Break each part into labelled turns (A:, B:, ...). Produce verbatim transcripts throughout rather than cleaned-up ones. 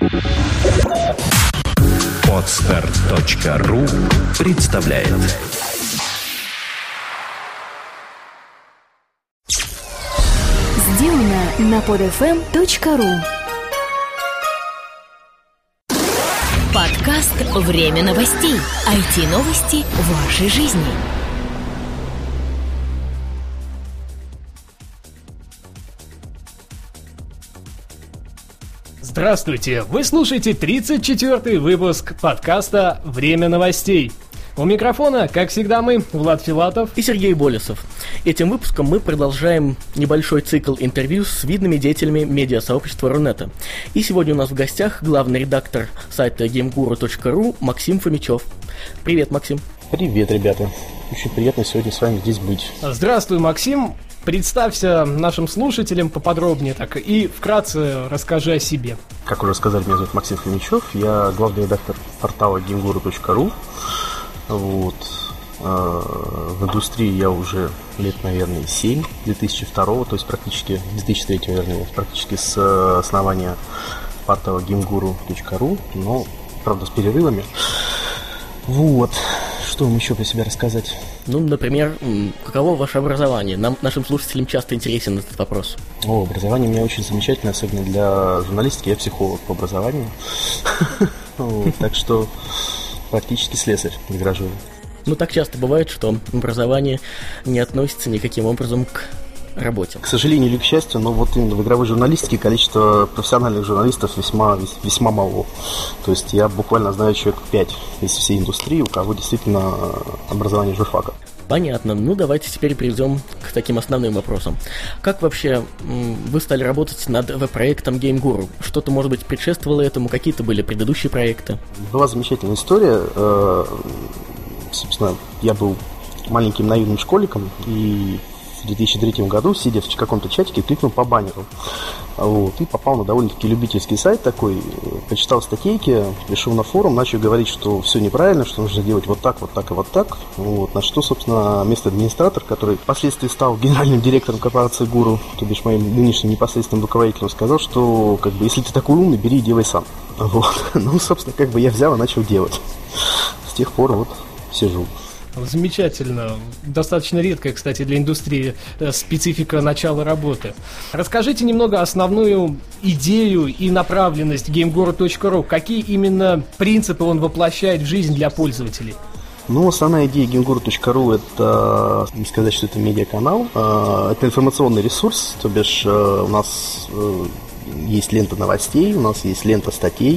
A: Подстарт точка ру представляет.
B: Сделано на под эф эм точка ру.
C: Подкаст «Время новостей». ай ти-новости вашей жизни.
D: Здравствуйте! Вы слушаете тридцать четвёртый выпуск подкаста «Время новостей». У микрофона, как всегда, мы, Влад Филатов
E: и Сергей Болесов. Этим выпуском мы продолжаем небольшой цикл интервью с видными деятелями медиасообщества Рунета. И сегодня у нас в гостях главный редактор сайта геймгуру точка ру Максим Фомичев. Привет, Максим.
F: Привет, ребята. Очень приятно сегодня с вами здесь быть.
D: Здравствуй, Максим. Представься нашим слушателям поподробнее так и вкратце расскажи о себе.
F: Как уже сказали, меня зовут Максим Фомичев. Я главный редактор портала геймгуру точка ру. Вот. В индустрии я уже лет, наверное, семь, две тысячи второго, то есть практически, две тысячи третьего, наверное, практически с основания портала геймгуру точка ру, но, правда, с перерывами. Вот. Что вам еще про себя рассказать?
E: Ну, например, каково ваше образование? Нам, нашим слушателям, часто интересен этот вопрос.
F: О, образование у меня очень замечательное, особенно для журналистики. Я психолог по образованию. Так что практически слесарь в гараже.
E: Ну, так часто бывает, что образование не относится никаким образом к работе.
F: К сожалению или к счастью, но вот именно в игровой журналистике количество профессиональных журналистов весьма, весьма мало. То есть я буквально знаю человек пять из всей индустрии, у кого действительно образование журфака.
E: Понятно. Ну, давайте теперь перейдем к таким основным вопросам. Как вообще м, вы стали работать над веб-проектом GameGuru? Что-то, может быть, предшествовало этому? Какие-то были предыдущие проекты?
F: Была замечательная история. Собственно, я был маленьким наивным школьником, и в две тысячи третьем году, сидя в каком-то чатике, кликнул по баннеру. Вот, и попал на довольно-таки любительский сайт такой, почитал статейки, пришел на форум, начал говорить, что все неправильно, что нужно делать вот так, вот так и вот так. Вот, на что, собственно, местный администратор, который впоследствии стал генеральным директором корпорации Гуру, то бишь моим нынешним непосредственным руководителем, сказал, что, как бы, если ты такой умный, бери и делай сам. Вот. Ну, собственно, как бы я взял и начал делать. С тех пор вот сижу.
D: Замечательно. Достаточно редкая, кстати, для индустрии специфика начала работы. Расскажите немного основную идею и направленность геймгуру точка ру. Какие именно принципы он воплощает в жизнь для пользователей?
F: Ну, основная идея геймгуру точка ру — это, не сказать, что это медиаканал, это информационный ресурс, то бишь у нас есть лента новостей, у нас есть лента статей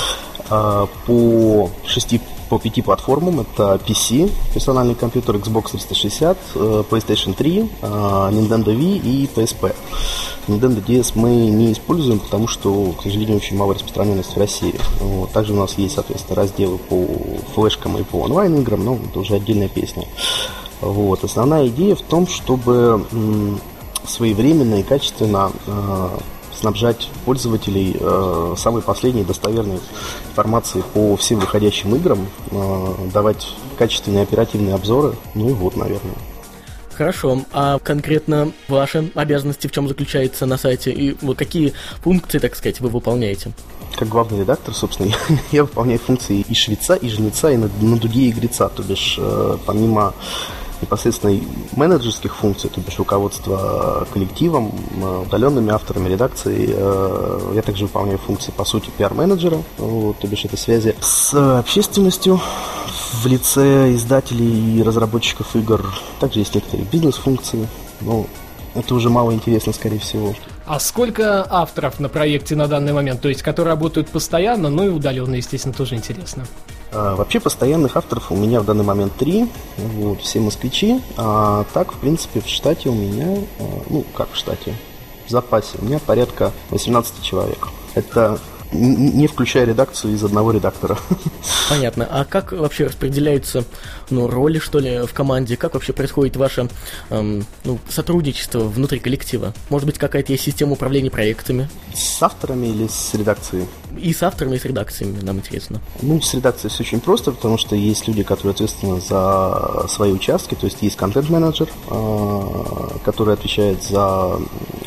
F: по шести по пяти платформам. Это пи си, персональный компьютер, Xbox триста шестьдесят, PlayStation три, Nintendo Wii и пи эс пи. Nintendo ди эс мы не используем, потому что, к сожалению, очень мало распространенности в России. Вот. Также у нас есть, соответственно, разделы по флешкам и по онлайн-играм, но это уже отдельная песня. Вот. Основная идея в том, чтобы м, своевременно и качественно э, снабжать пользователей э, самой последней достоверной информацией по всем выходящим играм, э, давать качественные оперативные обзоры, ну и вот, наверное.
E: Хорошо. А конкретно ваши обязанности в чем заключаются на сайте и какие функции, так сказать, вы выполняете?
F: Как главный редактор, собственно, я, я выполняю функции и швеца, и жнеца, и на, на дуге игреца, то бишь э, помимо непосредственно менеджерских функций, то бишь руководства коллективом, удаленными авторами, редакцией. Я также выполняю функции, по сути, пиар-менеджера, вот, то бишь это связи с общественностью в лице издателей и разработчиков игр. Также есть некоторые бизнес-функции, но это уже мало интересно, скорее всего.
D: А сколько авторов на проекте на данный момент? То есть, которые работают постоянно, ну и удаленно, естественно, тоже интересно.
F: А, вообще, постоянных авторов у меня в данный момент три. Вот, все москвичи. А так, в принципе, в штате у меня, ну, как в штате, в запасе у меня порядка восемнадцать человек. Это не включая редакцию из одного редактора.
E: Понятно. А как вообще распределяются, ну, роли, что ли, в команде? Как вообще происходит ваше эм, ну, сотрудничество внутри коллектива? Может быть, какая-то есть система управления проектами?
F: С авторами или с редакцией?
E: И с авторами, и с редакциями, нам интересно.
F: Ну, с редакцией все очень просто, потому что есть люди, которые ответственны за свои участки, то есть есть контент-менеджер, который отвечает за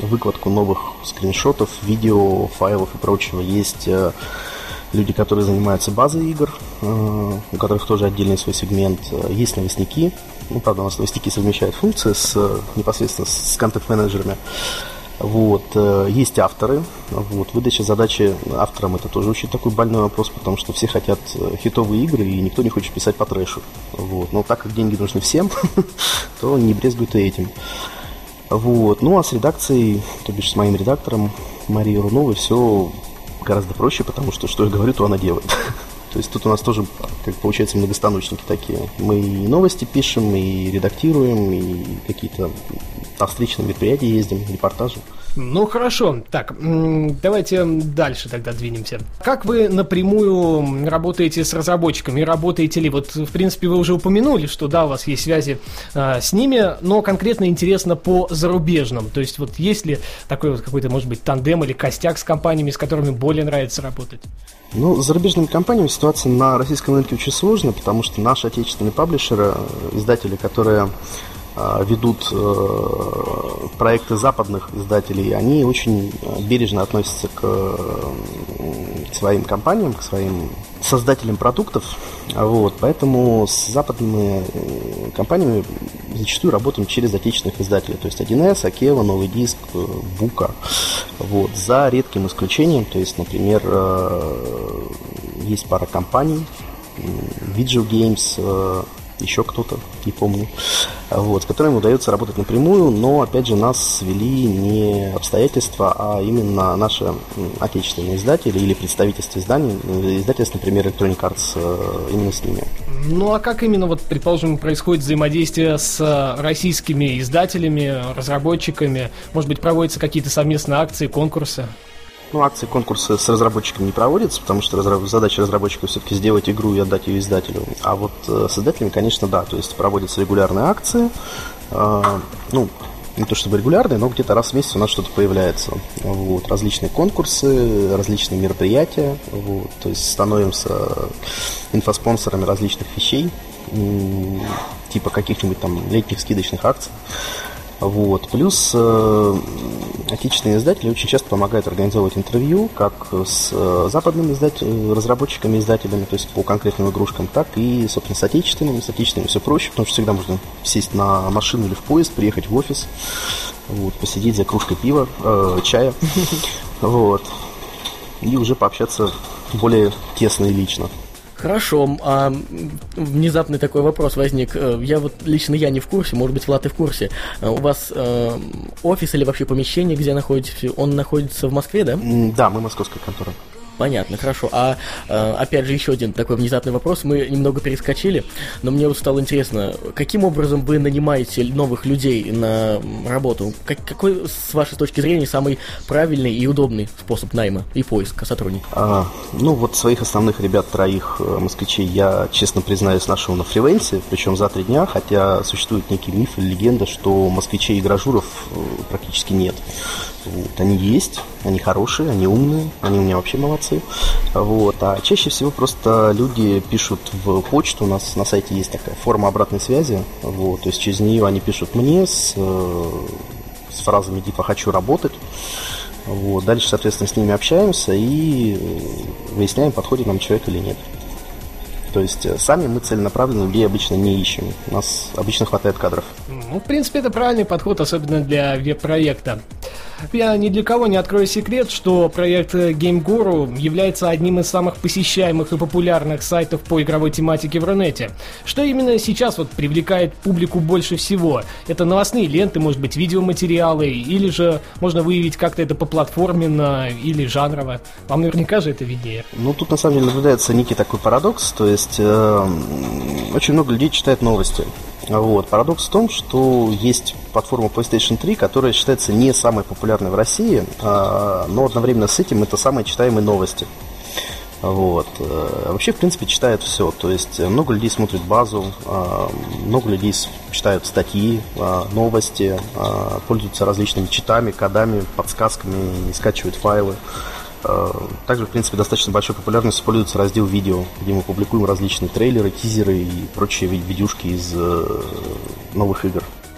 F: выкладку новых скриншотов, видео, файлов и прочего. Есть люди, которые занимаются базой игр, у которых тоже отдельный свой сегмент. Есть новостники. Ну, правда, у нас новостники совмещают функции с, непосредственно с контент-менеджерами. Вот. Есть авторы. Вот. Выдача задачи авторам — это тоже очень такой больной вопрос, потому что все хотят хитовые игры, и никто не хочет писать по трэшу. Вот. Но так как деньги нужны всем, то не брезгуют и этим. Вот. Ну, а с редакцией, то бишь с моим редактором Марией Руновой, все гораздо проще, потому что что я говорю, то она делает. То есть тут у нас тоже, как получается, многостаночники такие. Мы и новости пишем, и редактируем, и какие-то на встречи, на мероприятия ездим, репортажи.
D: Ну, хорошо. Так, давайте дальше тогда двинемся. Как вы напрямую работаете с разработчиками? Работаете ли? Вот, в принципе, вы уже упомянули, что да, у вас есть связи э, с ними, но конкретно интересно по зарубежным. То есть вот есть ли такой вот какой-то, может быть, тандем или костяк с компаниями, с которыми более нравится работать?
F: Ну, с зарубежными компаниями ситуация на российском рынке очень сложная, потому что наши отечественные паблишеры, издатели, которые э, ведут э, проекты западных издателей, они очень бережно относятся к, к своим компаниям, к своим создателям продуктов. Вот, поэтому с западными компаниями зачастую работаем через отечественных издателей. То есть один эс, Акела, Новый Диск, Бука. Вот, за редким исключением, то есть, например, есть пара компаний, Video Games, еще кто-то, не помню, вот, с которыми удается работать напрямую, но, опять же, нас свели не обстоятельства, а именно наши отечественные издатели или представительства изданий, издательств, например, Electronic Arts, именно с ними.
D: Ну, а как именно, вот, предположим, происходит взаимодействие с российскими издателями, разработчиками? Может быть, проводятся какие-то совместные акции, конкурсы?
F: Ну, акции, конкурсы с разработчиками не проводятся, потому что разраб- задача разработчика все-таки сделать игру и отдать ее издателю. А вот э, с издателями, конечно, да, то есть проводятся регулярные акции, э, ну, не то чтобы регулярные, но где-то раз в месяц у нас что-то появляется. Вот, различные конкурсы, различные мероприятия, вот, то есть становимся инфоспонсорами различных вещей, м- типа каких-нибудь там летних скидочных акций. Вот. Плюс э, отечественные издатели очень часто помогают организовывать интервью как с э, западными издателями, разработчиками, издателями, то есть по конкретным игрушкам, так и, собственно, с отечественными. С отечественными все проще, потому что всегда можно сесть на машину или в поезд, приехать в офис, вот, посидеть за кружкой пива, э, чая, вот, и уже пообщаться более тесно и лично.
E: Хорошо, а внезапный такой вопрос возник. Я вот лично я не в курсе, может быть, Влад, ты в курсе. У вас э, офис или вообще помещение, где находитесь, он находится в Москве, да?
F: Да, мы московская контора.
E: Понятно, хорошо. А э, опять же, еще один такой внезапный вопрос. Мы немного перескочили, но мне вот стало интересно, каким образом вы нанимаете новых людей на работу? Как, какой, с вашей точки зрения, самый правильный и удобный способ найма и поиска сотрудников? А,
F: ну, вот своих основных ребят, троих москвичей, я, честно признаюсь, нашел на фрилансе, причем за три дня, хотя существует некий миф или легенда, что москвичей и гражуров практически нет. Вот, они есть, они хорошие, они умные, они у меня вообще молодцы. Вот, а чаще всего просто люди пишут в почту, у нас на сайте есть такая форма обратной связи, вот, то есть через нее они пишут мне с, с фразами типа «хочу работать». Вот, дальше, соответственно, с ними общаемся и выясняем, подходит нам человек или нет. То есть сами мы целенаправленно людей обычно не ищем. У нас обычно хватает кадров.
D: Ну, в принципе, это правильный подход, особенно для веб-проекта. Я ни для кого не открою секрет, что проект Game Guru является одним из самых посещаемых и популярных сайтов по игровой тематике в Рунете. Что именно сейчас вот привлекает публику больше всего? Это новостные ленты, может быть, видеоматериалы, или же можно выявить как-то это поплатформенно или жанрово? Вам наверняка же это виднее.
F: Ну, тут на самом деле наблюдается некий такой парадокс, то есть э, очень много людей читает новости. Вот. Парадокс в том, что есть платформа PlayStation три, которая считается не самой популярной в России, но одновременно с этим это самые читаемые новости. Вот. Вообще, в принципе, читают все. То есть много людей смотрят базу, много людей читают статьи, новости, пользуются различными читами, кодами, подсказками, скачивают файлы. Также, в принципе, достаточно большой популярностью пользуется раздел видео, где мы публикуем различные трейлеры, тизеры и прочие видюшки из новых игр.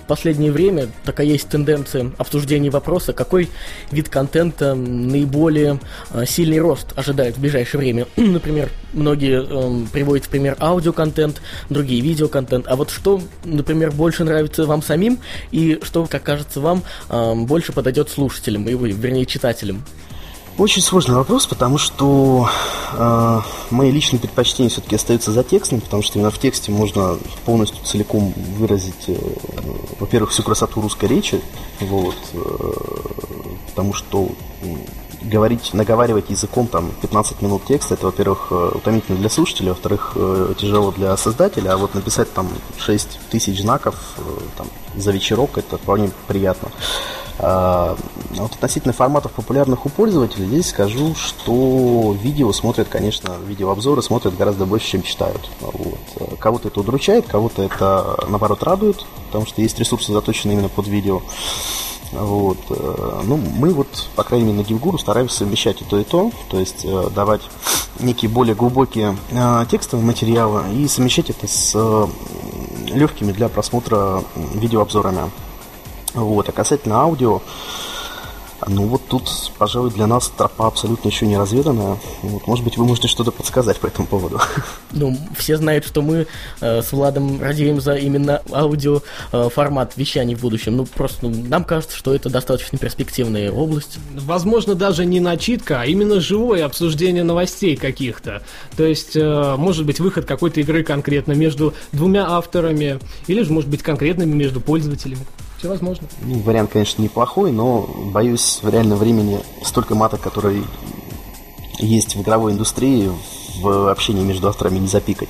E: последнее время такая есть тенденция обсуждения вопроса, какой вид контента наиболее э, сильный рост ожидает в ближайшее время. Например, многие э, приводят в пример аудиоконтент, другие видеоконтент. А вот что, например, больше нравится вам самим и что, как кажется вам, э, больше подойдет слушателям, и, вернее, читателям?
F: Очень сложный вопрос, потому что э, мои личные предпочтения все-таки остаются за текстом, потому что именно в тексте можно полностью целиком выразить, э, во-первых, всю красоту русской речи, вот, э, потому что э, говорить, наговаривать языком там пятнадцать минут текста, это, во-первых, утомительно для слушателя, во-вторых, э, тяжело для создателя, а вот написать там шесть тысяч знаков э, там, за вечерок, это вполне приятно. А вот относительно форматов популярных у пользователей, здесь скажу, что видео смотрят, конечно, видеообзоры смотрят гораздо больше, чем читают. Вот. Кого-то это удручает, кого-то это, наоборот, радует, потому что есть ресурсы, заточенные именно под видео. Вот. Ну, мы вот, по крайней мере, на GameGuru стараемся совмещать и то, и то, то есть давать некие более глубокие текстовые материалы и совмещать это с легкими для просмотра видеообзорами. Вот. А касательно аудио, ну вот тут, пожалуй, для нас тропа абсолютно еще не разведанная. Вот, может быть, вы можете что-то подсказать по этому поводу.
E: Ну, все знают, что мы э, с Владом радеем за именно аудио э, формат вещаний в будущем. Ну, просто ну, нам кажется, что это достаточно перспективная область.
D: Возможно, даже не начитка, а именно живое обсуждение новостей каких-то. То есть, э, может быть, выход какой-то игры конкретно между двумя авторами, или же, может быть, конкретными между пользователями. Все возможно.
F: Ну, вариант, конечно, неплохой, но, боюсь, в реальном времени столько маток, которые есть в игровой индустрии, в общении между авторами не запикать.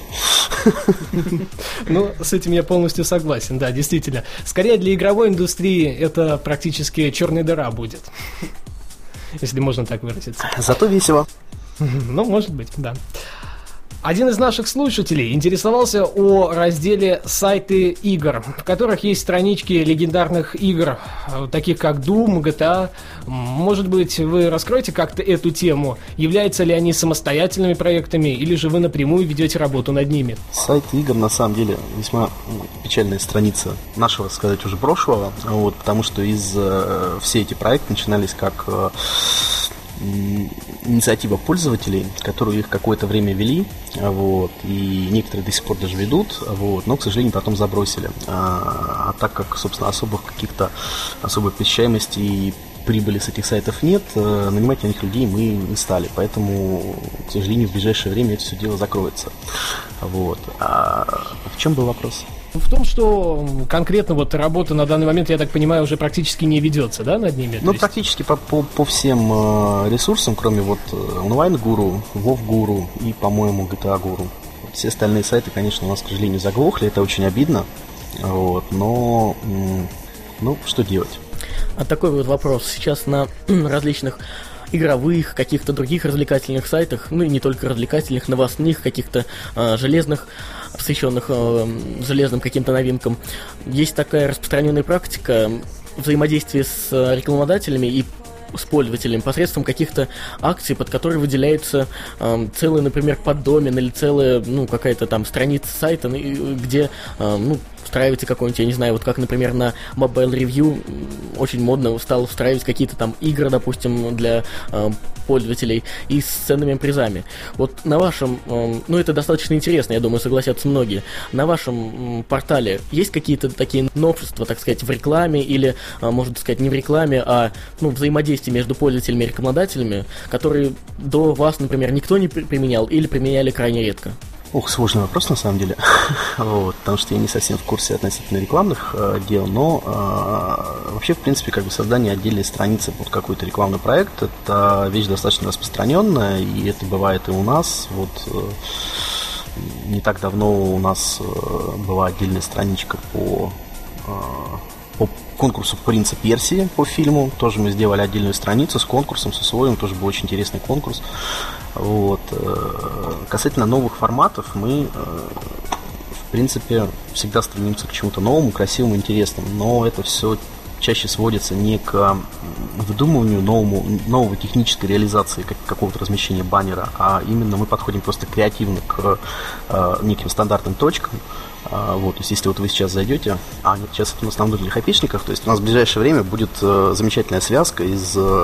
D: Ну, с этим я полностью согласен, да, действительно. Скорее, для игровой индустрии это практически черная дыра будет, если можно так выразиться.
F: Зато весело.
D: Ну, может быть, да. Один из наших слушателей интересовался о разделе «Сайты игр», в которых есть странички легендарных игр, таких как Doom, джи ти эй. Может быть, вы раскроете как-то эту тему? Являются ли они самостоятельными проектами, или же вы напрямую ведете работу над ними?
F: Сайты игр, на самом деле, весьма печальная страница нашего, так сказать, уже прошлого, вот, потому что из, э, все эти проекты начинались как... Э, инициатива пользователей, которую их какое-то время вели, вот, и некоторые до сих пор даже ведут, вот, но, к сожалению, потом забросили. А, а так как, собственно, особых каких-то особой посещаемости и прибыли с этих сайтов нет, нанимать на них людей мы не стали, поэтому, к сожалению, в ближайшее время это все дело закроется. Вот. А в чем был вопрос?
D: В том, что конкретно вот работа на данный момент, я так понимаю, уже практически не ведется, да, над ними?
F: Ну, практически по, по, по всем э, ресурсам, кроме вот онлайн-гуру, вов-гуру и, по-моему, джи ти эй-гуру. Все остальные сайты, конечно, у нас, к сожалению, заглохли, это очень обидно, вот, но, м- ну, что делать?
E: А такой вот вопрос. Сейчас на различных игровых, каких-то других развлекательных сайтах, ну и не только развлекательных, новостных, каких-то э, железных, посвященных э, железным каким-то новинкам. Есть такая распространенная практика взаимодействия с рекламодателями и с пользователями посредством каких-то акций, под которые выделяется э, целый, например, поддомен или целая, ну, какая-то там страница сайта, где, э, ну, встраиваете какой-нибудь, я не знаю, вот как, например, на Mobile Review очень модно стало встраивать какие-то там игры, допустим, для э, пользователей и с ценными призами. Вот на вашем, э, ну, это достаточно интересно, я думаю, согласятся многие, на вашем э, портале есть какие-то такие новшества, так сказать, в рекламе или, э, можно сказать, не в рекламе, а, ну, взаимодействие между пользователями и рекламодателями, которые до вас, например, никто не применял или применяли крайне редко?
F: Ох, сложный вопрос на самом деле, вот, потому что я не совсем в курсе относительно рекламных э, дел, но э, вообще, в принципе, как бы создание отдельной страницы под какой-то рекламный проект, это вещь достаточно распространенная, и это бывает и у нас. Вот э, не так давно у нас э, была отдельная страничка по, э, по конкурсу «Принц и Персия» по фильму, тоже мы сделали отдельную страницу с конкурсом, с условием, тоже был очень интересный конкурс. Вот. Касательно новых форматов, мы, в принципе, всегда стремимся к чему-то новому, красивому, интересному, но это все чаще сводится не к выдумыванию новому, новой технической реализации как, какого-то размещения баннера, а именно мы подходим просто креативно к э, неким стандартным точкам. Э, вот, то есть если вот вы сейчас зайдете, а нет, сейчас это у нас на внутренних айпишниках, то есть у нас в ближайшее время будет э, замечательная связка из э,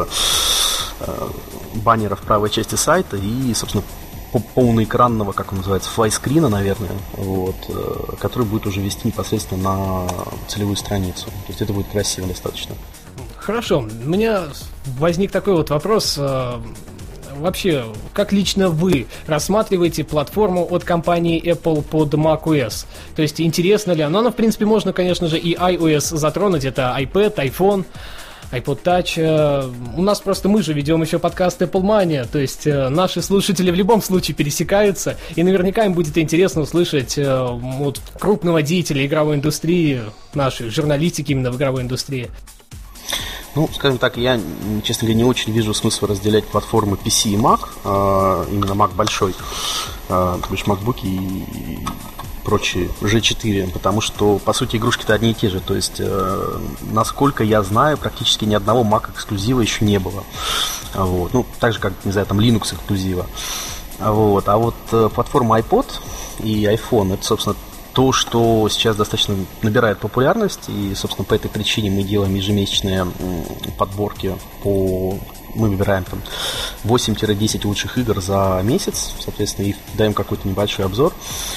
F: э, баннера в правой части сайта и, собственно, полноэкранного, как он называется, флайскрина, наверное, вот, который будет уже вести непосредственно на целевую страницу. То есть это будет красиво достаточно. Хорошо.
D: У меня возник такой вот вопрос. Вообще, как лично вы рассматриваете платформу от компании Apple под macOS? То есть интересно ли оно? Ну, в принципе, можно, конечно же, и iOS затронуть. Это iPad, iPhone, iPod Touch. У нас просто мы же ведем еще подкаст Apple Mania, то есть наши слушатели в любом случае пересекаются, и наверняка им будет интересно услышать от крупного деятеля игровой индустрии, нашей журналистики именно в игровой индустрии.
F: Ну, скажем так, я, честно говоря, не очень вижу смысла разделять платформы пи си и Mac, именно Mac большой, то есть MacBook и прочие джи четыре, потому что, по сути, игрушки-то одни и те же. То есть, э, насколько я знаю, практически ни одного Mac эксклюзива еще не было. Вот. Ну, так же, как, не знаю, там Linux эксклюзива. Вот. А вот э, платформа iPod и iPhone, это, собственно, то, что сейчас достаточно набирает популярность, и, собственно, по этой причине мы делаем ежемесячные подборки по... Мы выбираем там восемь-десять лучших игр за месяц, соответственно, и даем какой-то небольшой обзор.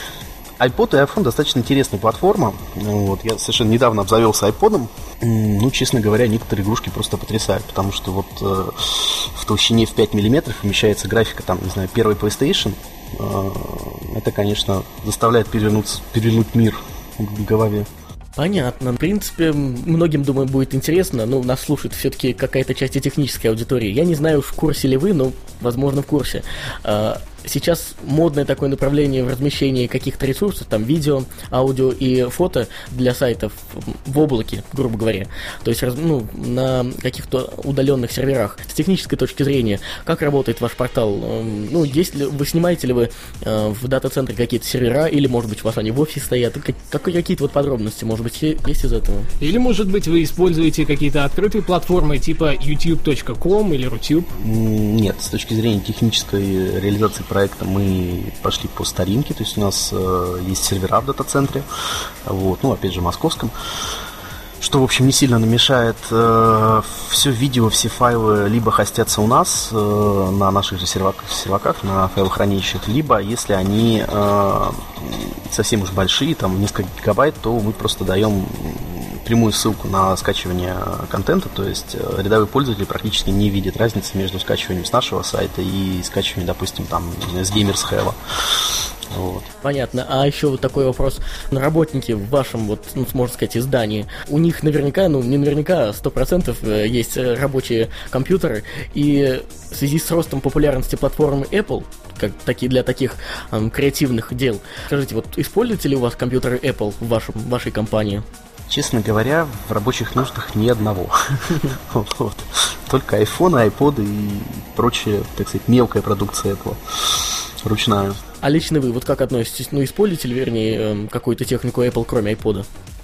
F: iPod и iPhone достаточно интересная платформа. Вот, я совершенно недавно обзавелся iPod'ом. Ну, честно говоря, некоторые игрушки просто потрясают, потому что вот э, в толщине в пять миллиметров умещается графика, там, не знаю, первой PlayStation. Э, это, конечно, заставляет перевернуться, перевернуть мир в голове.
E: Понятно. В принципе, многим, думаю, будет интересно. Ну, нас слушает все-таки какая-то часть и технической аудитории. Я не знаю, в курсе ли вы, но, возможно, в курсе. Сейчас модное такое направление в размещении каких-то ресурсов, там видео, аудио и фото для сайтов в облаке, грубо говоря. То есть, ну, на каких-то удаленных серверах. С технической точки зрения, как работает ваш портал? Ну, есть ли, вы снимаете ли вы в дата-центре какие-то сервера, или, может быть, у вас они в офисе стоят? Как, какие-то вот подробности, может быть, есть из этого?
D: Или, может быть, вы используете какие-то открытые платформы типа ютуб точка ком или Рутюб?
F: Нет, с точки зрения технической реализации проекта мы пошли по старинке, то есть у нас э, есть сервера в дата-центре, вот, ну, опять же, московском, что, в общем, не сильно намешает. Э, все видео, все файлы либо хостятся у нас э, на наших же серваках, серваках, на файлохранилищах, либо, если они э, совсем уж большие, там, несколько гигабайт, то мы просто даем прямую ссылку на скачивание контента, то есть рядовой пользователь практически не видит разницы между скачиванием с нашего сайта и скачиванием, допустим, там, с Gamers Hell. Вот.
E: Понятно. А еще вот такой вопрос. Работники в вашем, вот, ну, можно сказать, издании, у них наверняка, ну, не наверняка, сто процентов есть рабочие компьютеры, и в связи с ростом популярности платформы Apple, как такие для таких эм, креативных дел, скажите, вот используете ли у вас компьютеры Apple в вашем, в вашей компании?
F: Честно говоря, в рабочих нуждах ни одного. Вот. Только iPhone, iPod и прочая, так сказать, мелкая продукция Apple. Ручная.
E: А лично вы, вот как относитесь? Ну, используете ли, вернее, какую-то технику Apple, кроме iPod?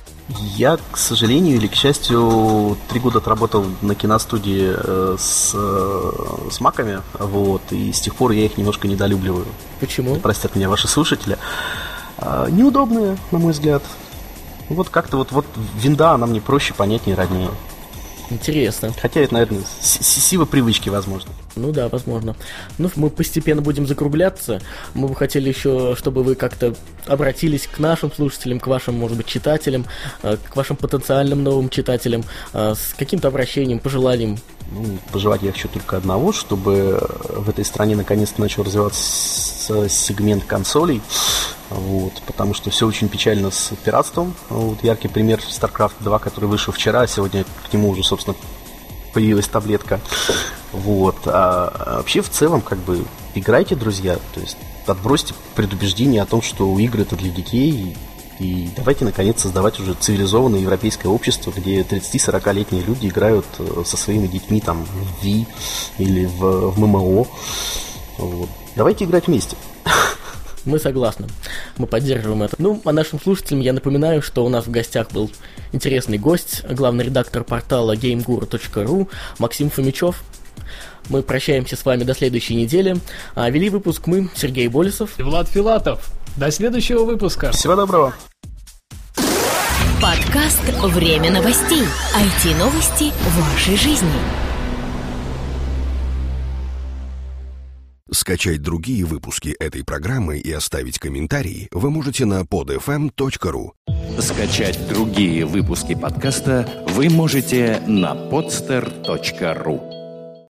F: Я, к сожалению или к счастью, три года отработал на киностудии э, с, э, с маками, вот, и с тех пор я их немножко недолюбливаю.
E: Почему?
F: Простят меня ваши слушатели. Э, неудобные, на мой взгляд. Вот как-то вот, вот винда, она мне проще, понятнее, роднее.
E: Интересно.
F: Хотя это, наверное, сила привычки, возможно.
E: Ну да, возможно. Ну, мы постепенно будем закругляться. Мы бы хотели еще, чтобы вы как-то обратились к нашим слушателям, к вашим, может быть, читателям, к вашим потенциальным новым читателям, с каким-то обращением, пожеланием.
F: Ну, пожелать я хочу только одного, чтобы в этой стране наконец-то начал развиваться сегмент консолей. Вот, потому что все очень печально с пиратством. Вот, яркий пример StarCraft два, который вышел вчера, а сегодня к нему уже, собственно, появилась таблетка. Вот. А, а вообще, в целом, как бы, играйте, друзья. То есть отбросьте предубеждение о том, что игры это для детей. И, и давайте, наконец, создавать уже цивилизованное европейское общество, где тридцати-сорокалетние люди играют со своими детьми там в Ви или в, в ММО. Вот. Давайте играть вместе.
E: Мы согласны. Мы поддерживаем это. Ну, а нашим слушателям я напоминаю, что у нас в гостях был интересный гость, главный редактор портала геймгуру точка ру Максим Фомичев. Мы прощаемся с вами до следующей недели. А вели выпуск мы, Сергей Болесов
D: и Влад Филатов. До следующего выпуска.
F: Всего доброго.
C: Подкаст «Время новостей». ай ти-новости вашей жизни.
G: Скачать другие выпуски этой программы и оставить комментарии вы можете на под эф эм точка ру.
A: Скачать другие выпуски подкаста вы можете на подстер точка ру.